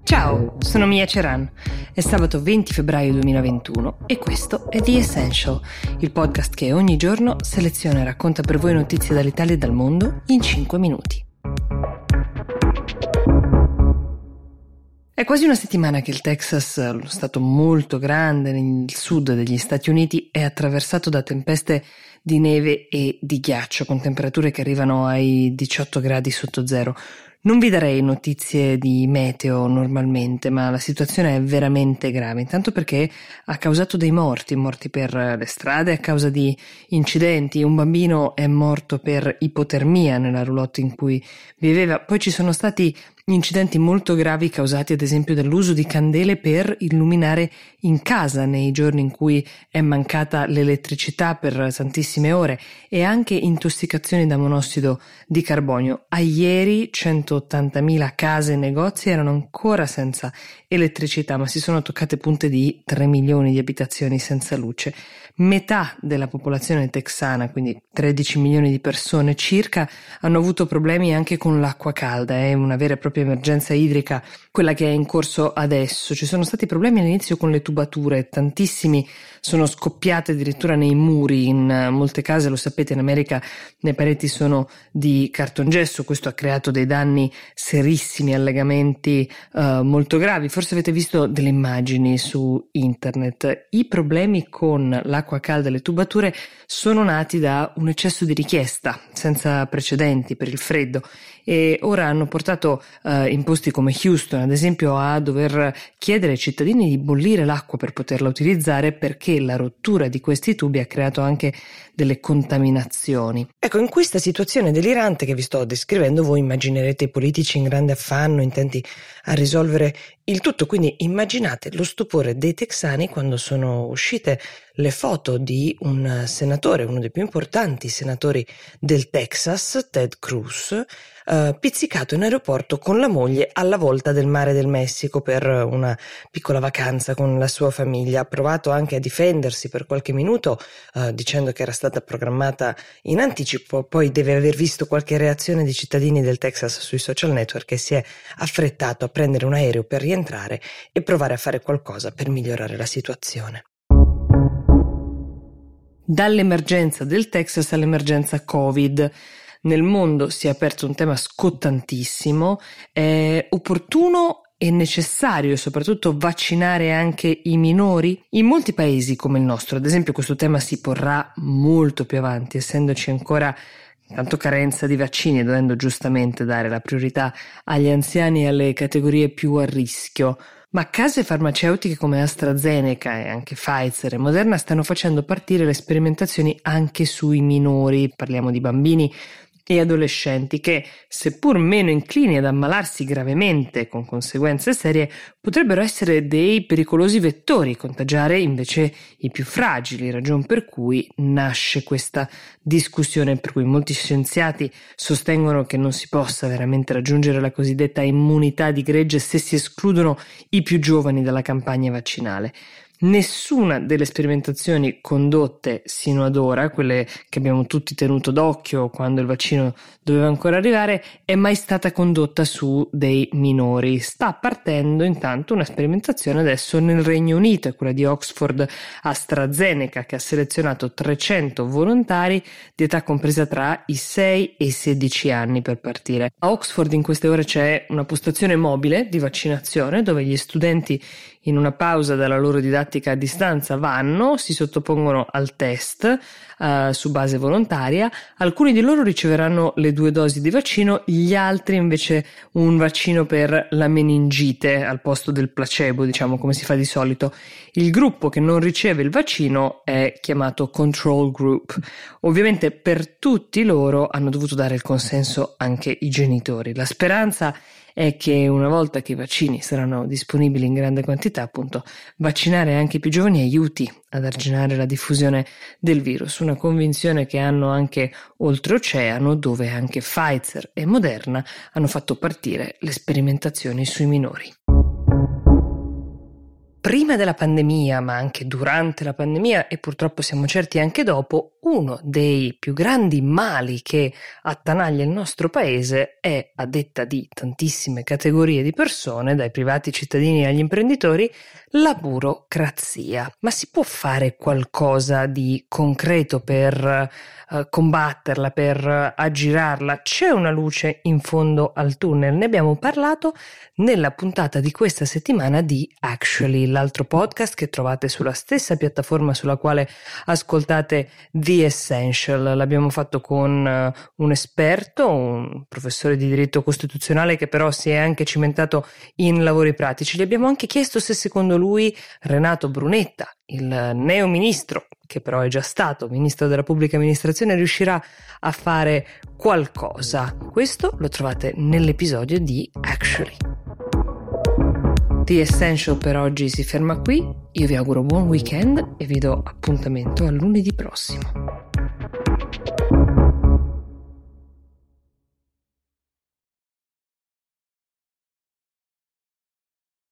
Ciao, sono Mia Ceran. È sabato 20 febbraio 2021 e questo è The Essential, il podcast che ogni giorno seleziona e racconta per voi notizie dall'Italia e dal mondo in 5 minuti. È quasi una settimana che il Texas, lo stato molto grande nel sud degli Stati Uniti, è attraversato da tempeste di neve e di ghiaccio con temperature che arrivano ai 18 gradi sotto zero. Non vi darei notizie di meteo normalmente, ma la situazione è veramente grave, intanto perché ha causato dei morti per le strade a causa di incidenti. Un bambino è morto per ipotermia nella roulotte in cui viveva, poi ci sono stati incidenti molto gravi causati ad esempio dall'uso di candele per illuminare in casa nei giorni in cui è mancata l'elettricità per tantissime ore, e anche intossicazioni da monossido di carbonio. A ieri 180.000 case e negozi erano ancora senza elettricità, ma si sono toccate punte di 3 milioni di abitazioni senza luce. Metà della popolazione texana, quindi 13 milioni di persone circa, hanno avuto problemi anche con l'acqua calda. È una vera e propria emergenza idrica quella che è in corso adesso. Ci sono stati problemi all'inizio con le tubature, tantissimi sono scoppiate addirittura nei muri. In molte case, lo sapete, in America le pareti sono di cartongesso. Questo ha creato dei danni serissimi, allegamenti molto gravi. Forse avete visto delle immagini su internet. I problemi con l'acqua calda e le tubature sono nati da un eccesso di richiesta senza precedenti per il freddo, e ora hanno portato in posti come Houston, ad esempio, a dover chiedere ai cittadini di bollire l'acqua per poterla utilizzare, perché la rottura di questi tubi ha creato anche delle contaminazioni. Ecco, in questa situazione delirante che vi sto descrivendo, voi immaginerete i politici in grande affanno, intenti a risolvere il tutto. Quindi immaginate lo stupore dei texani quando sono uscite le foto di un senatore, uno dei più importanti senatori del Texas, Ted Cruz, pizzicato in aeroporto con la moglie alla volta del Mare del Messico per una piccola vacanza con la sua famiglia. Ha provato anche a difendersi per qualche minuto, dicendo che era stata programmata in anticipo, poi deve aver visto qualche reazione di cittadini del Texas sui social network e si è affrettato a prendere un aereo per rientrare e provare a fare qualcosa per migliorare la situazione. Dall'emergenza del Texas all'emergenza Covid. Nel mondo si è aperto un tema scottantissimo. È opportuno e necessario soprattutto vaccinare anche i minori? In molti paesi come il nostro, ad esempio, questo tema si porrà molto più avanti, essendoci ancora tanto carenza di vaccini e dovendo giustamente dare la priorità agli anziani e alle categorie più a rischio. Ma case farmaceutiche come AstraZeneca e anche Pfizer e Moderna stanno facendo partire le sperimentazioni anche sui minori. Parliamo di bambini e adolescenti che, seppur meno inclini ad ammalarsi gravemente con conseguenze serie, potrebbero essere dei pericolosi vettori, contagiare invece i più fragili, ragion per cui nasce questa discussione, per cui molti scienziati sostengono che non si possa veramente raggiungere la cosiddetta immunità di gregge se si escludono i più giovani dalla campagna vaccinale. Nessuna delle sperimentazioni condotte sino ad ora, quelle che abbiamo tutti tenuto d'occhio quando il vaccino doveva ancora arrivare, è mai stata condotta su dei minori. Sta partendo intanto una sperimentazione adesso nel Regno Unito, è quella di Oxford AstraZeneca, che ha selezionato 300 volontari di età compresa tra i 6 e i 16 anni per partire. A Oxford in queste ore c'è una postazione mobile di vaccinazione dove gli studenti, in una pausa dalla loro didattica a distanza, si sottopongono al test su base volontaria. Alcuni di loro riceveranno le 2 dosi di vaccino, gli altri invece un vaccino per la meningite al posto del placebo, diciamo come si fa di solito. Il gruppo che non riceve il vaccino è chiamato control group. Ovviamente per tutti loro hanno dovuto dare il consenso anche i genitori. La speranza è che una volta che i vaccini saranno disponibili in grande quantità, appunto, vaccinare anche i più giovani aiuti ad arginare la diffusione del virus, una convinzione che hanno anche oltreoceano, dove anche Pfizer e Moderna hanno fatto partire le sperimentazioni sui minori. Prima della pandemia, ma anche durante la pandemia e purtroppo siamo certi anche dopo, uno dei più grandi mali che attanaglia il nostro paese è, a detta di tantissime categorie di persone, dai privati cittadini agli imprenditori, la burocrazia. Ma si può fare qualcosa di concreto per combatterla, per aggirarla? C'è una luce in fondo al tunnel? Ne abbiamo parlato nella puntata di questa settimana di Actually, l'altro podcast che trovate sulla stessa piattaforma sulla quale ascoltate The Essential. L'abbiamo fatto con un esperto, un professore di diritto costituzionale che però si è anche cimentato in lavori pratici. Gli abbiamo anche chiesto se secondo lui Renato Brunetta, il neo ministro, che però è già stato ministro della pubblica amministrazione, riuscirà a fare qualcosa. Questo lo trovate nell'episodio di Actually. The Essential per oggi si ferma qui. Io vi auguro buon weekend e vi do appuntamento a lunedì prossimo.